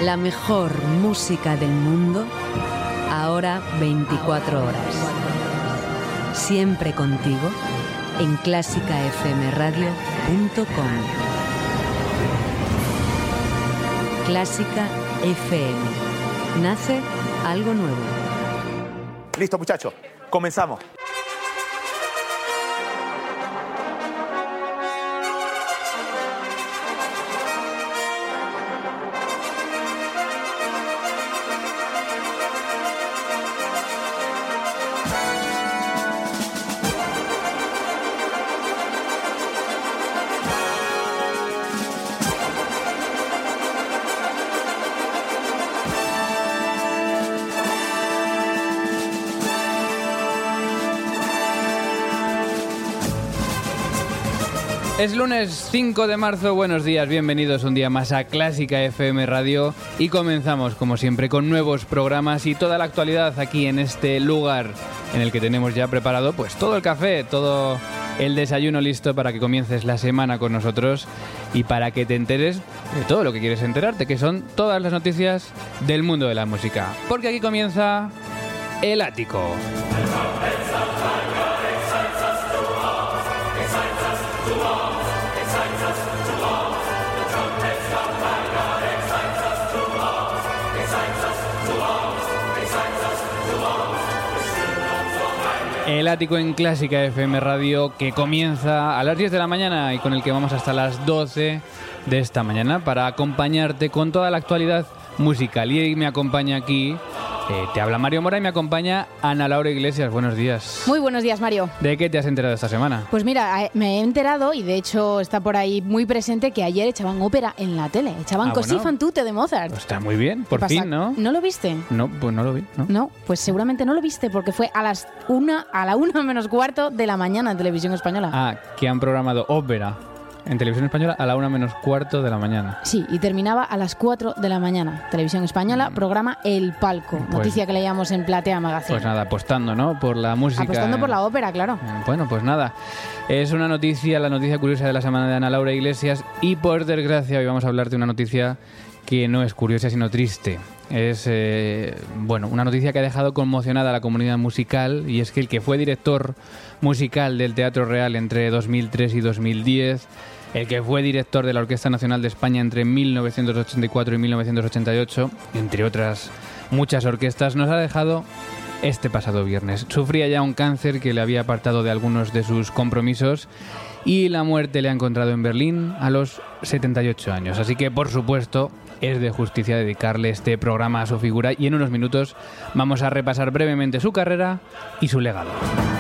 La mejor música del mundo, ahora 24 horas. Siempre contigo en clásicafmradio.com. Clásica FM. Nace algo nuevo. Listo, muchachos. Comenzamos. Es lunes 5 de marzo, buenos días, bienvenidos un día más a Clásica FM Radio y comenzamos como siempre con nuevos programas y toda la actualidad aquí en este lugar en el que tenemos ya preparado pues todo el café, todo el desayuno listo para que comiences la semana con nosotros y para que te enteres de todo lo que quieres enterarte, que son todas las noticias del mundo de la música. Porque aquí comienza El Ático. El Ático en Clásica FM Radio, que comienza a las 10 de la mañana y con el que vamos hasta las 12 de esta mañana para acompañarte con toda la actualidad musical. Y me acompaña aquí, te habla Mario Mora y me acompaña Ana Laura Iglesias. Buenos días. Muy buenos días, Mario. ¿De qué te has enterado esta semana? Pues mira, me he enterado, y de hecho está por ahí muy presente, que ayer echaban ópera en la tele. Echaban Così fan tutte de Mozart. Pues está muy bien, por fin, ¿no? ¿No lo viste? No, pues no lo vi, ¿no? No, pues seguramente no lo viste porque fue a la 1 menos cuarto de la mañana en Televisión Española. Ah, que han programado ópera en Televisión Española a la 1 menos cuarto de la mañana. Sí, y terminaba a las 4 de la mañana. Televisión Española, programa El Palco. Pues, noticia que leíamos en Platea Magazine. Pues nada, apostando, ¿no? Por la música. Apostando por la ópera, claro. Bueno, pues nada. Es una noticia, la noticia curiosa de la semana de Ana Laura Iglesias. Y por desgracia, hoy vamos a hablar de una noticia que no es curiosa, sino triste. Es, una noticia que ha dejado conmocionada a la comunidad musical, y es que el que fue director musical del Teatro Real entre 2003 y 2010, el que fue director de la Orquesta Nacional de España entre 1984 y 1988, entre otras muchas orquestas, nos ha dejado este pasado viernes. Sufría ya un cáncer que le había apartado de algunos de sus compromisos y la muerte le ha encontrado en Berlín a los 78 años. Así que, por supuesto, es de justicia dedicarle este programa a su figura y en unos minutos vamos a repasar brevemente su carrera y su legado.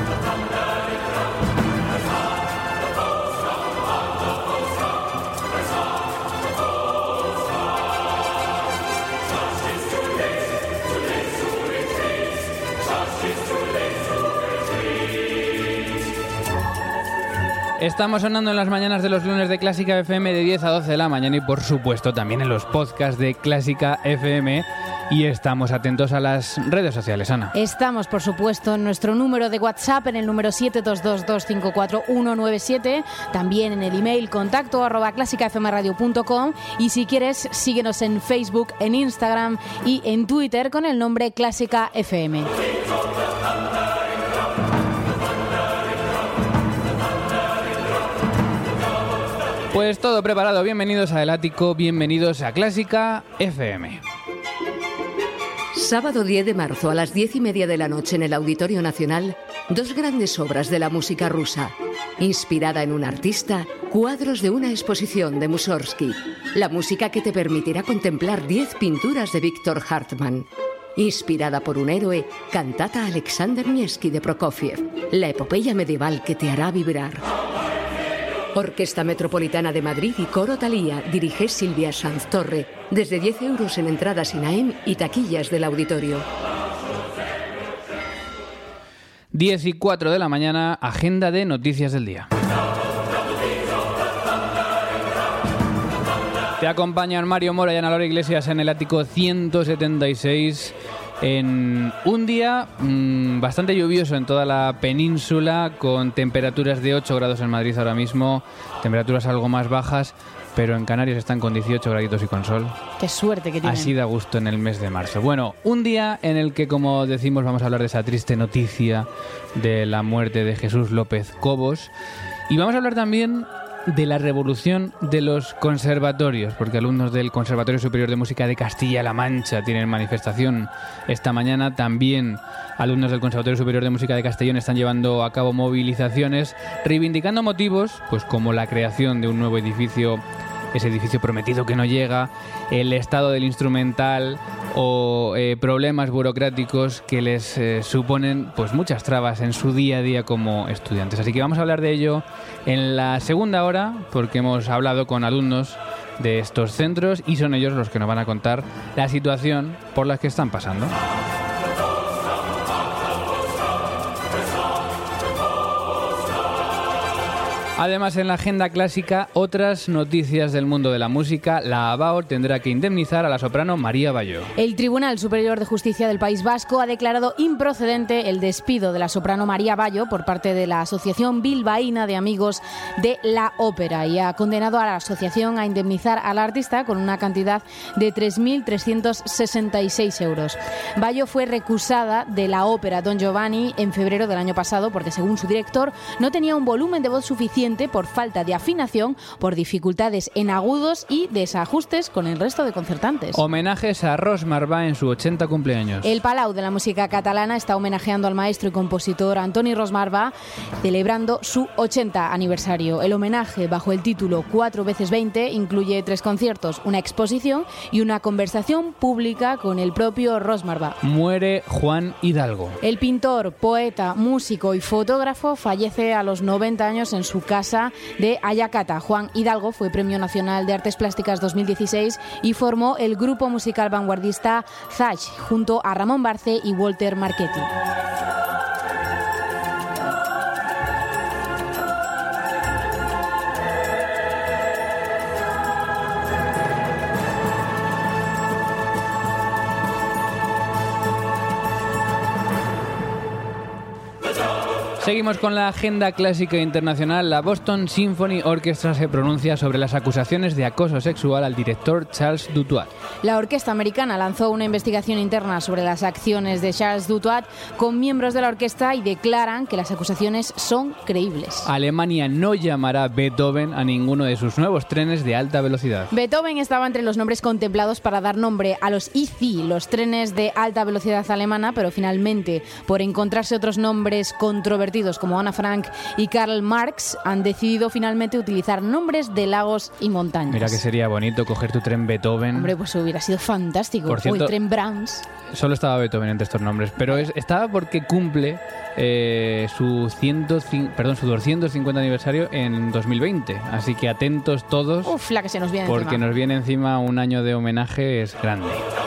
Estamos sonando en las mañanas de los lunes de Clásica FM de 10 a 12 de la mañana y por supuesto también en los podcasts de Clásica FM, y estamos atentos a las redes sociales, Ana. Estamos, por supuesto, en nuestro número de WhatsApp, en el número 722254197, también en el email contacto@clásicafmradio.com, y si quieres síguenos en Facebook, en Instagram y en Twitter con el nombre Clásica FM. Pues todo preparado, bienvenidos a El Ático, bienvenidos a Clásica FM. Sábado 10 de marzo a las 10:30 de la noche en el Auditorio Nacional, dos grandes obras de la música rusa. Inspirada en un artista, cuadros de una exposición de Mussorgsky. La música que te permitirá contemplar 10 pinturas de Víctor Hartmann. Inspirada por un héroe, cantata Alexander Nevsky de Prokofiev. La epopeya medieval que te hará vibrar. Orquesta Metropolitana de Madrid y Coro Thalía, dirige Silvia Sanz Torre, desde 10 euros en entradas INAEM y taquillas del auditorio. 10:04 de la mañana, agenda de noticias del día. Te acompañan Mario Mora y Ana Laura Iglesias en El Ático 176. en un día bastante lluvioso en toda la península, con temperaturas de 8 grados en Madrid ahora mismo, temperaturas algo más bajas, pero en Canarias están con 18 graditos y con sol. Qué suerte que tienen. Así da gusto en el mes de marzo. Bueno, un día en el que, como decimos, vamos a hablar de esa triste noticia de la muerte de Jesús López Cobos, y vamos a hablar también de la revolución de los conservatorios, porque alumnos del Conservatorio Superior de Música de Castilla-La Mancha tienen manifestación esta mañana. También alumnos del Conservatorio Superior de Música de Castellón están llevando a cabo movilizaciones reivindicando motivos, pues como la creación de un nuevo edificio, ese edificio prometido que no llega, el estado del instrumental o problemas burocráticos que les suponen pues muchas trabas en su día a día como estudiantes. Así que vamos a hablar de ello en la segunda hora, porque hemos hablado con alumnos de estos centros y son ellos los que nos van a contar la situación por la que están pasando. Además, en la agenda clásica, otras noticias del mundo de la música. La ABAO tendrá que indemnizar a la soprano María Bayó. El Tribunal Superior de Justicia del País Vasco ha declarado improcedente el despido de la soprano María Bayó por parte de la Asociación Bilbaína de Amigos de la Ópera y ha condenado a la asociación a indemnizar a la artista con una cantidad de 3.366 euros. Bayó fue recusada de la ópera Don Giovanni en febrero del año pasado porque, según su director, no tenía un volumen de voz suficiente por falta de afinación, por dificultades en agudos y desajustes con el resto de concertantes. Homenajes a Ros Marbà en su 80 cumpleaños. El Palau de la Música Catalana está homenajeando al maestro y compositor Antoni Ros Marbà, celebrando su 80 aniversario. El homenaje, bajo el título 4x20, incluye 3 conciertos, una exposición y una conversación pública con el propio Ros Marbà. Muere Juan Hidalgo. El pintor, poeta, músico y fotógrafo fallece a los 90 años en su casa de Ayacata. Juan Hidalgo fue Premio Nacional de Artes Plásticas 2016 y formó el grupo musical vanguardista Zach junto a Ramón Barce y Walter Marchetti. Seguimos con la agenda clásica internacional. La Boston Symphony Orchestra se pronuncia sobre las acusaciones de acoso sexual al director Charles Dutoit. La orquesta americana lanzó una investigación interna sobre las acciones de Charles Dutoit con miembros de la orquesta y declaran que las acusaciones son creíbles. Alemania no llamará Beethoven a ninguno de sus nuevos trenes de alta velocidad. Beethoven estaba entre los nombres contemplados para dar nombre a los IC, los trenes de alta velocidad alemana, pero finalmente, por encontrarse otros nombres controvertidos como Anna Frank y Karl Marx, han decidido finalmente utilizar nombres de lagos y montañas. Mira que sería bonito coger tu tren Beethoven. Hombre, pues hubiera sido fantástico. Por cierto, o el tren Brahms. Solo estaba Beethoven entre estos nombres, pero estaba porque cumple su 250 aniversario en 2020. Así que atentos todos. Uf, la que se nos viene porque encima. Nos viene encima un año de homenajes grande.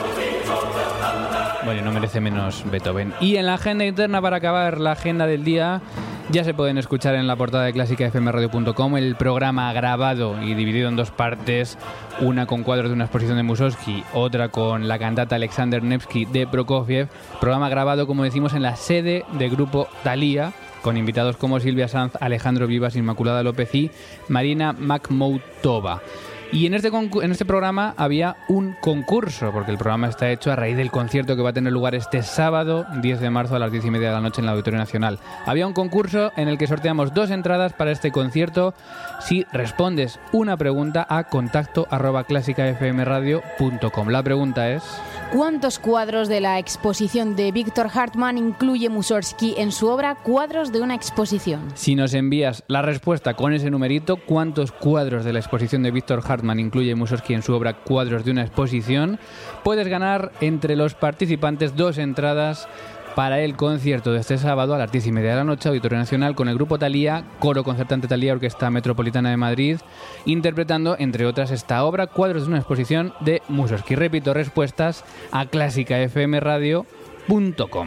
Bueno, no merece menos Beethoven. Y en la agenda interna, para acabar la agenda del día, ya se pueden escuchar en la portada de clásicafmradio.com el programa grabado y dividido en 2 partes, una con cuadros de una exposición de Mussorgsky, otra con la cantata Alexander Nevsky de Prokofiev. Programa grabado, como decimos, en la sede del grupo Thalía, con invitados como Silvia Sanz, Alejandro Vivas, Inmaculada López y Marina Makhmoutova. Y en este programa había un concurso, porque el programa está hecho a raíz del concierto que va a tener lugar este sábado, 10 de marzo a las 10:30 de la noche en el Auditorio Nacional. Había un concurso en el que sorteamos 2 entradas para este concierto si respondes una pregunta a contacto@clásicafmradio.com. La pregunta es: ¿cuántos cuadros de la exposición de Víctor Hartmann incluye Mussorgsky en su obra Cuadros de una exposición? Si nos envías la respuesta con ese numerito, ¿cuántos cuadros de la exposición de Víctor Hartmann incluye Mussorgsky en su obra Cuadros de una exposición? Puedes ganar entre los participantes 2 entradas para el concierto de este sábado a las 10:30 de la noche, Auditorio Nacional, con el grupo Thalía, Coro Concertante Thalía, Orquesta Metropolitana de Madrid, interpretando, entre otras, esta obra, Cuadros de una exposición de Mussorgsky. Repito, respuestas a clásicafmradio.com.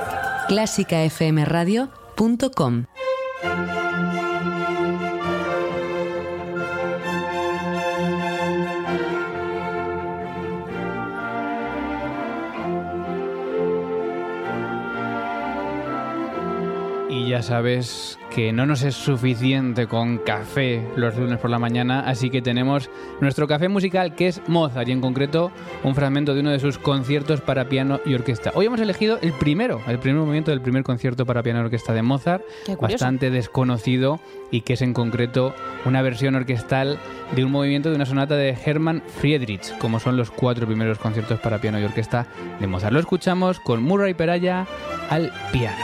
clásicafmradio.com. ya sabes que no nos es suficiente con café los lunes por la mañana, así que tenemos nuestro café musical, que es Mozart, y en concreto un fragmento de uno de sus conciertos para piano y orquesta. Hoy hemos elegido el primer movimiento del primer concierto para piano y orquesta de Mozart, bastante desconocido, y que es en concreto una versión orquestal de un movimiento de una sonata de Hermann Friedrich, como son los 4 primeros conciertos para piano y orquesta de Mozart. Lo escuchamos con Murray Peralla al piano.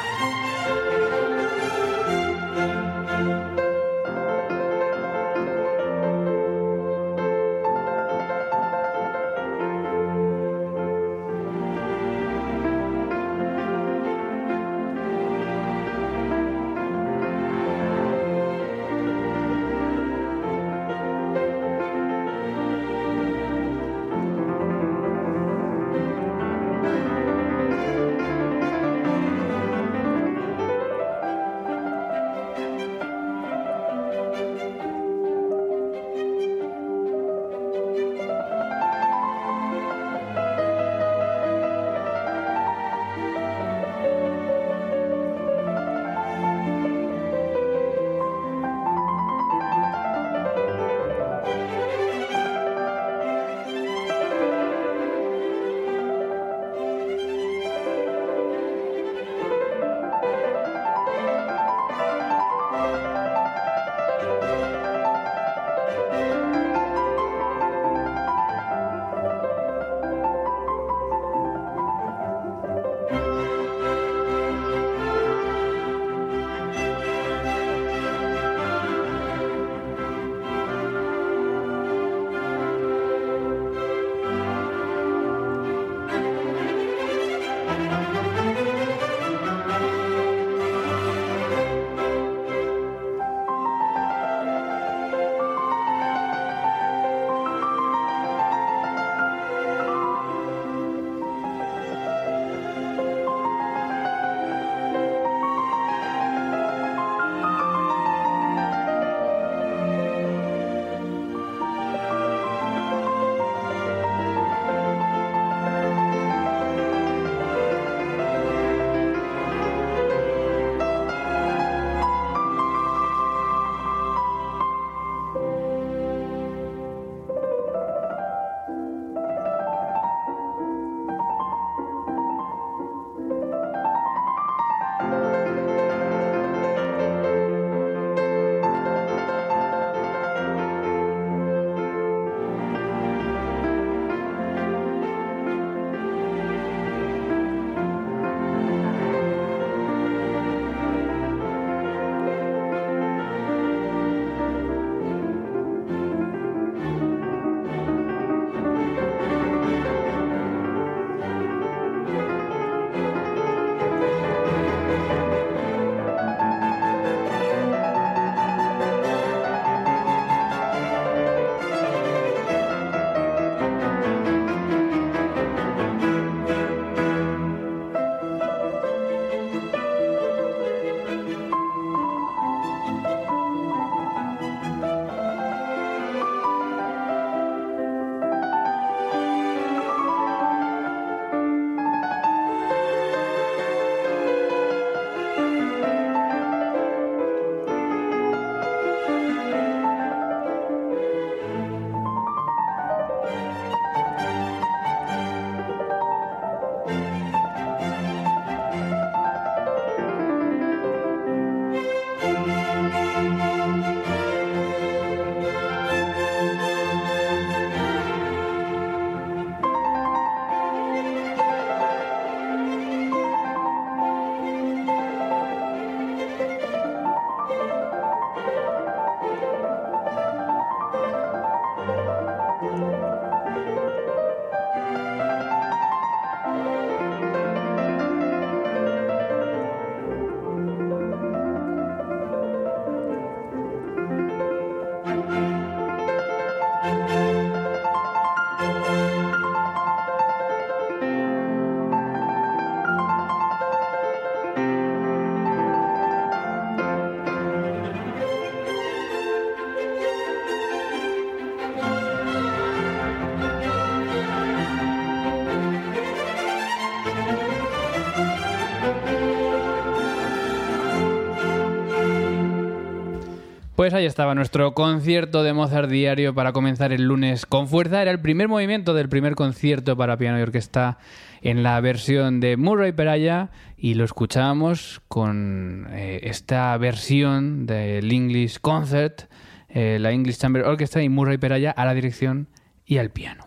Pues ahí estaba nuestro concierto de Mozart diario para comenzar el lunes con fuerza. Era el primer movimiento del primer concierto para piano y orquesta en la versión de Murray Peralla y lo escuchábamos con esta versión del English Concert, la English Chamber Orchestra y Murray Peralla a la dirección y al piano.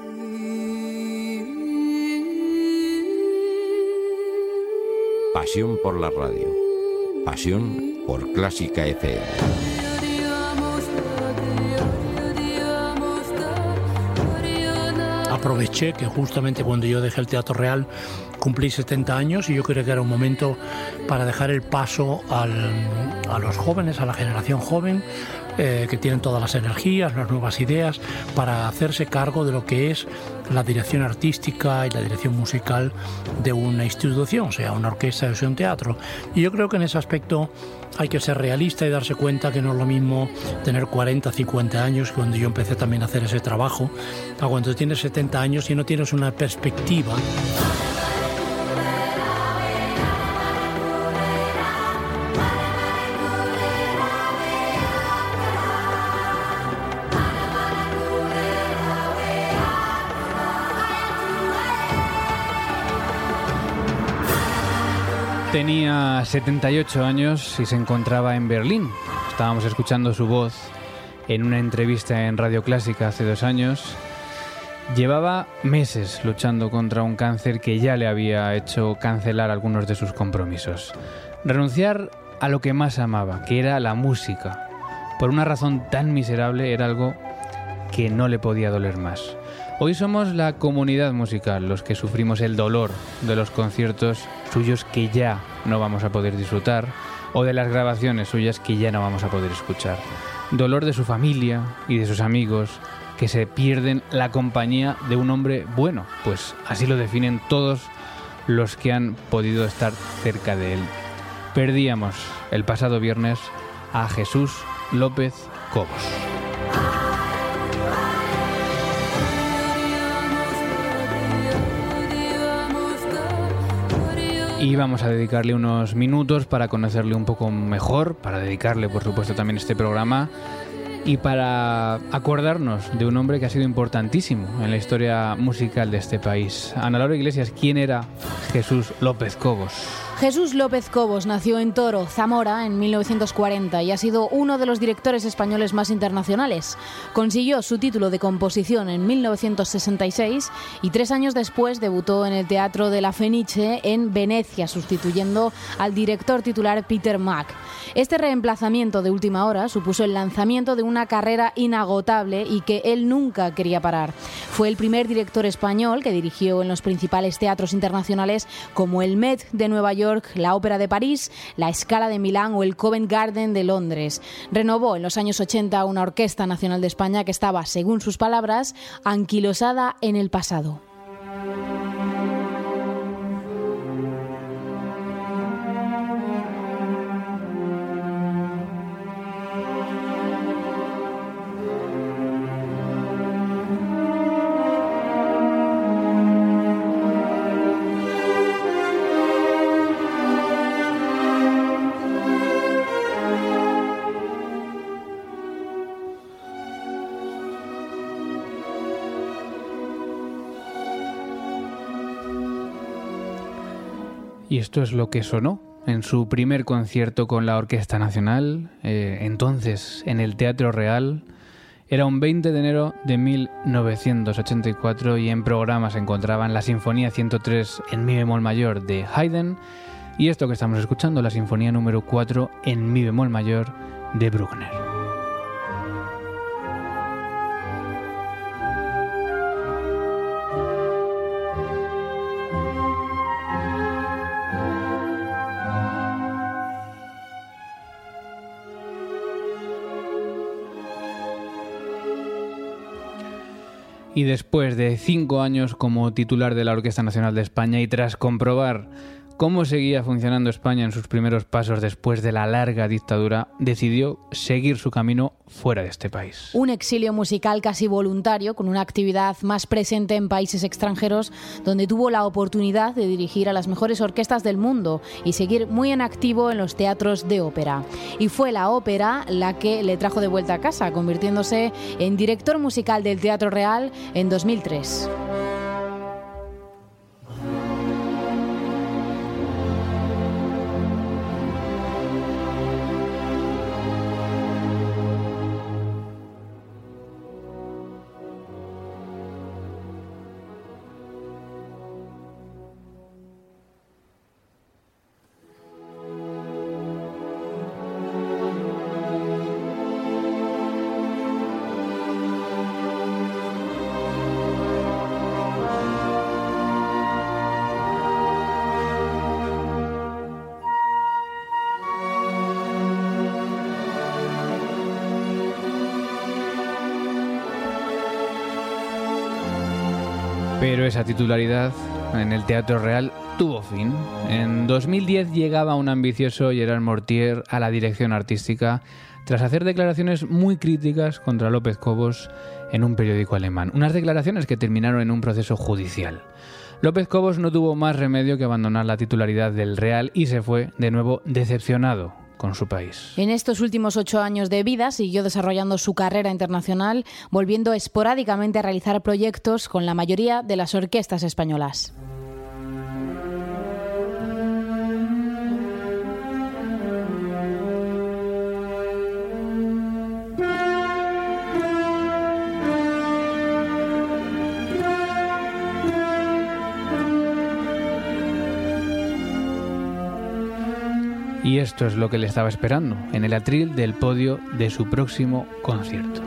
Pasión por la radio. Pasión por Clásica FM. Aproveché que justamente cuando yo dejé el Teatro Real cumplí 70 años y yo creo que era un momento para dejar el paso a los jóvenes, a la generación joven, que tienen todas las energías, las nuevas ideas, para hacerse cargo de lo que es la dirección artística y la dirección musical de una institución, sea una orquesta o sea un teatro. Y yo creo que en ese aspecto hay que ser realista y darse cuenta que no es lo mismo tener 40, 50 años, cuando yo empecé también a hacer ese trabajo, a cuando tienes 70 años y no tienes una perspectiva. Tenía 78 años y se encontraba en Berlín. Estábamos escuchando su voz en una entrevista en Radio Clásica hace 2 años. Llevaba meses luchando contra un cáncer que ya le había hecho cancelar algunos de sus compromisos. Renunciar a lo que más amaba, que era la música, por una razón tan miserable, era algo que no le podía doler más. Hoy somos la comunidad musical los que sufrimos el dolor de los conciertos suyos que ya no vamos a poder disfrutar o de las grabaciones suyas que ya no vamos a poder escuchar. Dolor de su familia y de sus amigos que se pierden la compañía de un hombre bueno, pues así lo definen todos los que han podido estar cerca de él. Perdíamos el pasado viernes a Jesús López Cobos. Y vamos a dedicarle unos minutos para conocerle un poco mejor, para dedicarle, por supuesto, también este programa y para acordarnos de un hombre que ha sido importantísimo en la historia musical de este país. Ana Laura Iglesias, ¿quién era Jesús López Cobos? Jesús López Cobos nació en Toro, Zamora, en 1940 y ha sido uno de los directores españoles más internacionales. Consiguió su título de composición en 1966 y 3 años después debutó en el Teatro de la Fenice en Venecia, sustituyendo al director titular Peter Mack. Este reemplazamiento de última hora supuso el lanzamiento de una carrera inagotable y que él nunca quería parar. Fue el primer director español que dirigió en los principales teatros internacionales como el Met de Nueva York, la Ópera de París, la Scala de Milán o el Covent Garden de Londres. Renovó en los años 80 una Orquesta Nacional de España que estaba, según sus palabras, anquilosada en el pasado. Y esto es lo que sonó en su primer concierto con la Orquesta Nacional, entonces en el Teatro Real. Era un 20 de enero de 1984 y en programa se encontraban la Sinfonía 103 en mi bemol mayor de Haydn y esto que estamos escuchando, la Sinfonía número 4 en mi bemol mayor de Bruckner. Y después de 5 años como titular de la Orquesta Nacional de España y tras comprobar cómo seguía funcionando España en sus primeros pasos después de la larga dictadura, decidió seguir su camino fuera de este país. Un exilio musical casi voluntario, con una actividad más presente en países extranjeros, donde tuvo la oportunidad de dirigir a las mejores orquestas del mundo y seguir muy en activo en los teatros de ópera. Y fue la ópera la que le trajo de vuelta a casa, convirtiéndose en director musical del Teatro Real en 2003. Pero esa titularidad en el Teatro Real tuvo fin. En 2010 llegaba un ambicioso Gerard Mortier a la dirección artística tras hacer declaraciones muy críticas contra López Cobos en un periódico alemán. Unas declaraciones que terminaron en un proceso judicial. López Cobos no tuvo más remedio que abandonar la titularidad del Real y se fue de nuevo decepcionado con su país. En estos últimos 8 años de vida siguió desarrollando su carrera internacional, volviendo esporádicamente a realizar proyectos con la mayoría de las orquestas españolas. Y esto es lo que le estaba esperando en el atril del podio de su próximo concierto.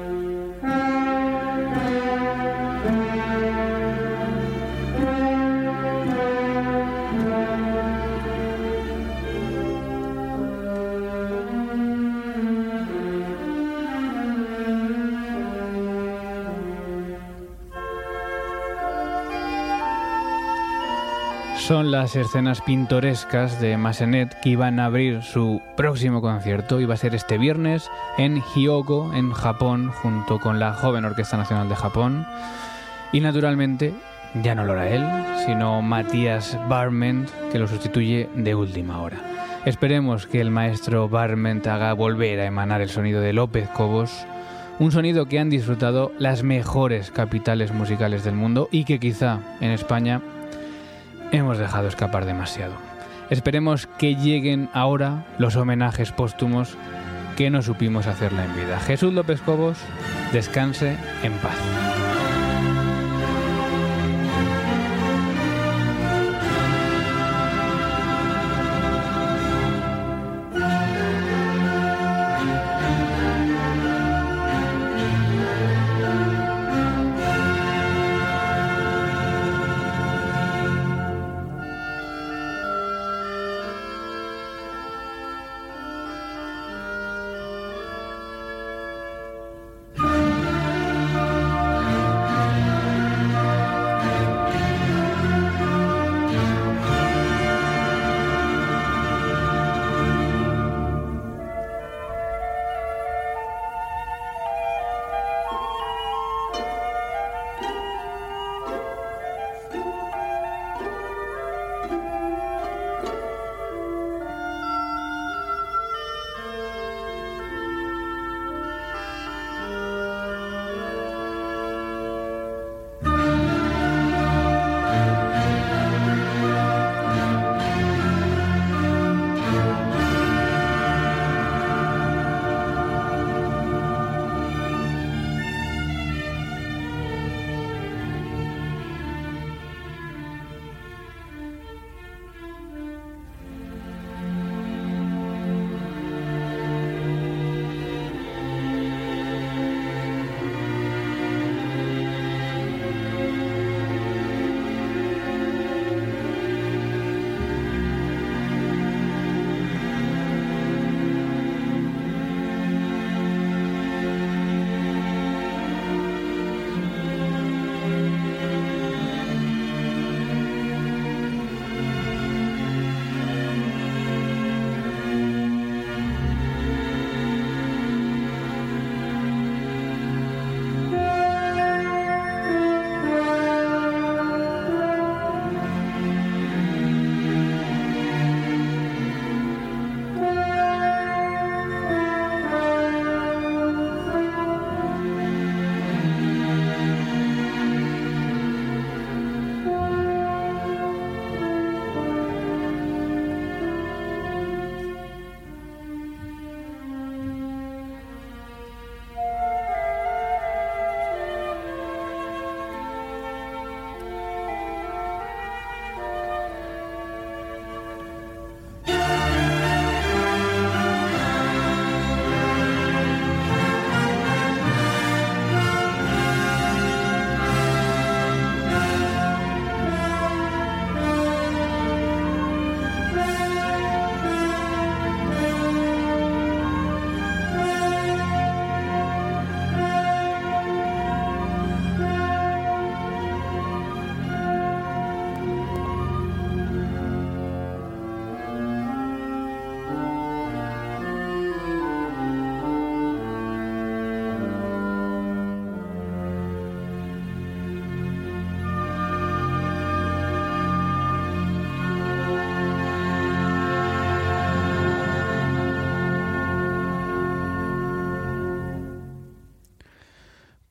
Son las escenas pintorescas de Massenet que iban a abrir su próximo concierto. Iba a ser este viernes en Hyogo, en Japón, junto con la joven Orquesta Nacional de Japón. Y naturalmente, ya no lo hará él, sino Matthias Barment, que lo sustituye de última hora. Esperemos que el maestro Barment haga volver a emanar el sonido de López Cobos, un sonido que han disfrutado las mejores capitales musicales del mundo y que quizá en España hemos dejado escapar demasiado. Esperemos que lleguen ahora los homenajes póstumos que no supimos hacerle en vida. Jesús López Cobos, descanse en paz.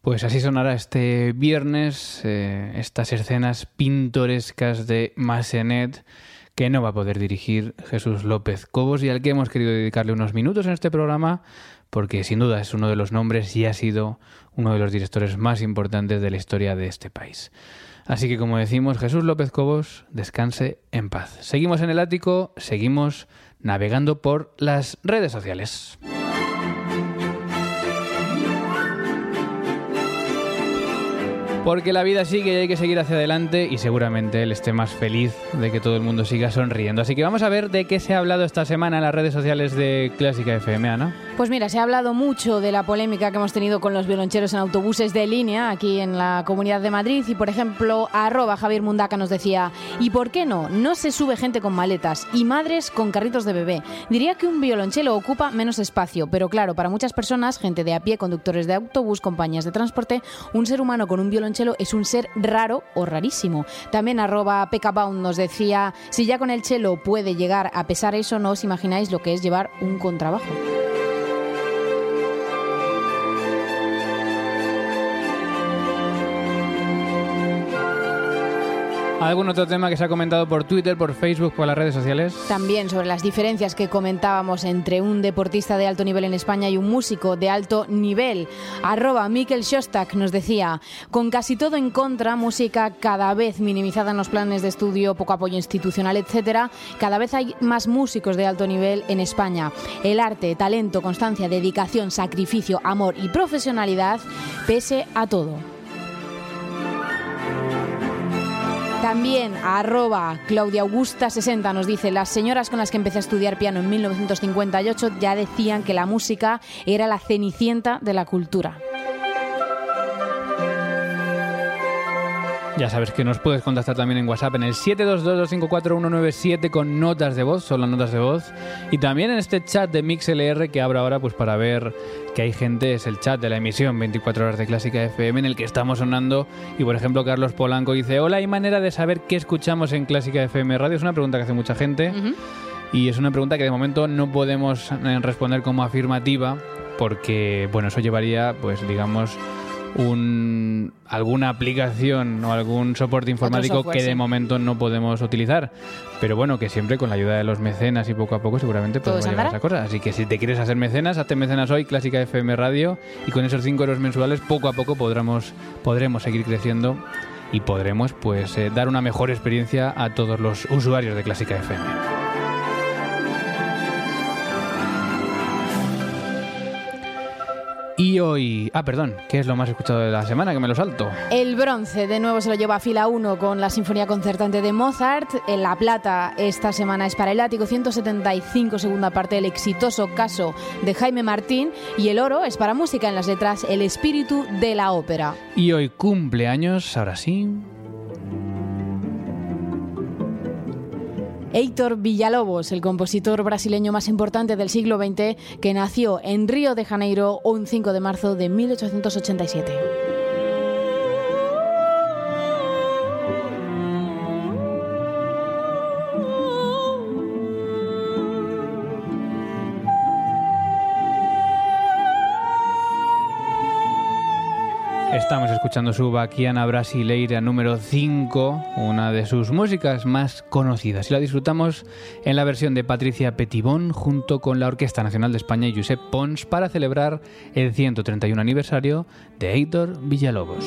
Pues así sonará este viernes estas escenas pintorescas de Massenet que no va a poder dirigir Jesús López Cobos y al que hemos querido dedicarle unos minutos en este programa porque sin duda es uno de los nombres y ha sido uno de los directores más importantes de la historia de este país. Así que, como decimos, Jesús López Cobos, descanse en paz. Seguimos en el ático, seguimos navegando por las redes sociales. Porque la vida sigue y hay que seguir hacia adelante y seguramente él esté más feliz de que todo el mundo siga sonriendo. Así que vamos a ver de qué se ha hablado esta semana en las redes sociales de Clásica FM, Ana. Pues mira, se ha hablado mucho de la polémica que hemos tenido con los violoncheros en autobuses de línea aquí en la Comunidad de Madrid y, por ejemplo, @Javier Mundaca nos decía: ¿y por qué no? No se sube gente con maletas y madres con carritos de bebé. Diría que un violonchelo ocupa menos espacio, pero claro, para muchas personas, gente de a pie, conductores de autobús, compañías de transporte, un ser humano con un violonchelo es un ser raro o rarísimo. También @Pekabound nos decía: si ya con el chelo puede llegar a pesar eso, no os imagináis lo que es llevar un contrabajo. ¿Algún otro tema que se ha comentado por Twitter, por Facebook, por las redes sociales? También sobre las diferencias que comentábamos entre un deportista de alto nivel en España y un músico de alto nivel. @Mikel Shostak nos decía: con casi todo en contra, música cada vez minimizada en los planes de estudio, poco apoyo institucional, etcétera, cada vez hay más músicos de alto nivel en España. El arte, talento, constancia, dedicación, sacrificio, amor y profesionalidad, pese a todo. También @ClaudiaAugusta60 nos dice: las señoras con las que empecé a estudiar piano en 1958 ya decían que la música era la cenicienta de la cultura. Ya sabes que nos puedes contactar también en WhatsApp en el 722-254-197 con notas de voz, solo notas de voz. Y también en este chat de MixLR que abro ahora pues para ver que hay gente, es el chat de la emisión 24 horas de Clásica FM en el que estamos sonando. Y por ejemplo Carlos Polanco dice: hola, ¿hay manera de saber qué escuchamos en Clásica FM Radio? Es una pregunta que hace mucha gente y es una pregunta que de momento no podemos responder como afirmativa porque, bueno, eso llevaría, pues digamos, alguna aplicación o algún soporte informático software, que de momento no podemos utilizar, pero bueno, que siempre con la ayuda de los mecenas y poco a poco seguramente podemos llegar a esa cosa. Así que si te quieres hacer mecenas, hazte mecenas hoy, Clásica FM Radio, y con esos 5 euros mensuales poco a poco podremos seguir creciendo y podremos pues dar una mejor experiencia a todos los usuarios de Clásica FM. Y hoy... ¿qué es lo más escuchado de la semana? Que me lo salto. El bronce de nuevo se lo lleva a Fila 1 con la Sinfonía Concertante de Mozart. En la plata esta semana es para el ático 175, segunda parte, el exitoso caso de Jaime Martín. Y el oro es para música en las letras, El espíritu de la ópera. Y hoy cumpleaños, ahora sí... Heitor Villa-Lobos, el compositor brasileño más importante del siglo XX, que nació en Río de Janeiro un 5 de marzo de 1887. Estamos escuchando su Bachiana Brasileira número 5, una de sus músicas más conocidas. Y la disfrutamos en la versión de Patricia Petitbon junto con la Orquesta Nacional de España y Josep Pons para celebrar el 131 aniversario de Heitor Villa-Lobos.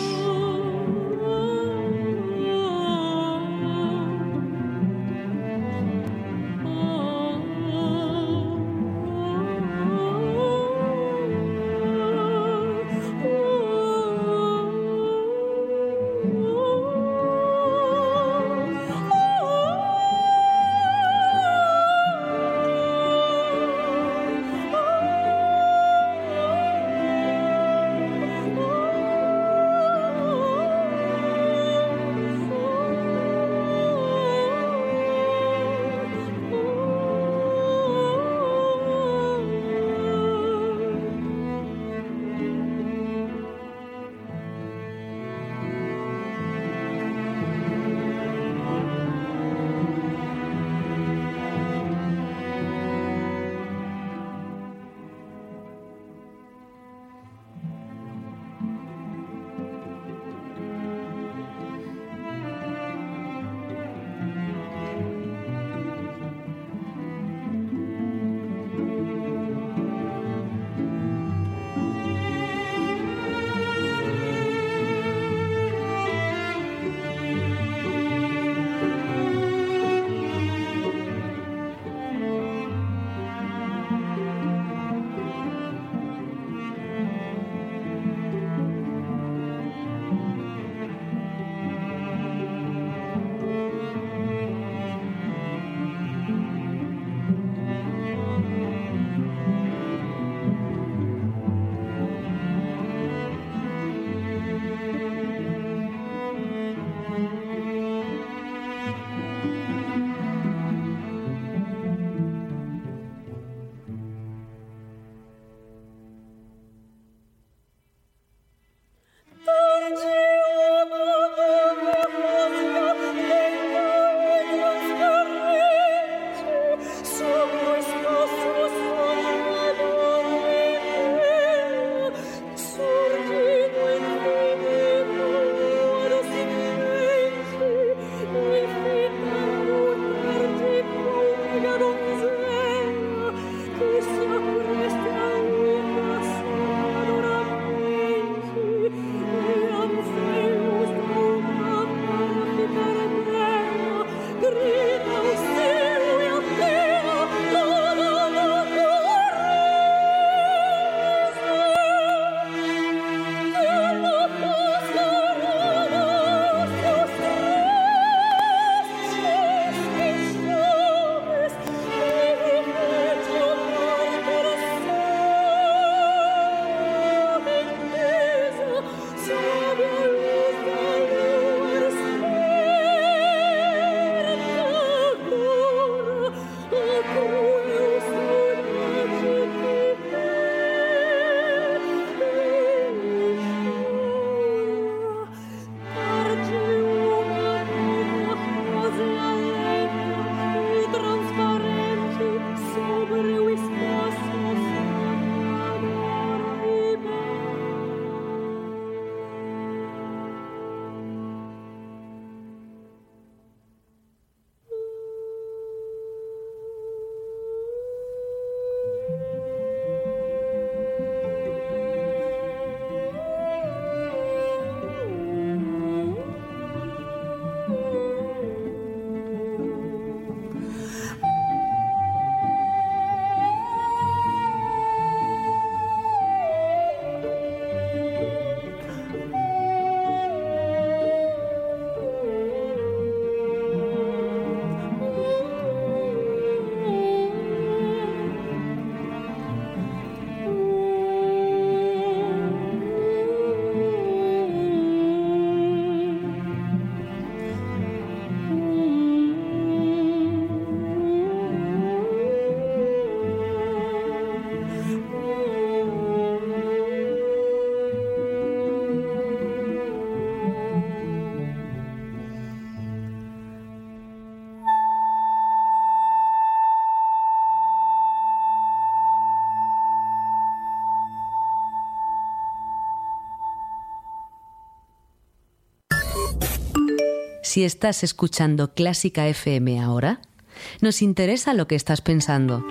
Si estás escuchando Clásica FM ahora, nos interesa lo que estás pensando.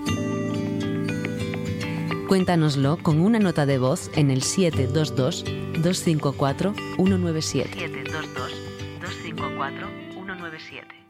Cuéntanoslo con una nota de voz en el 722-254-197. 722-254-197.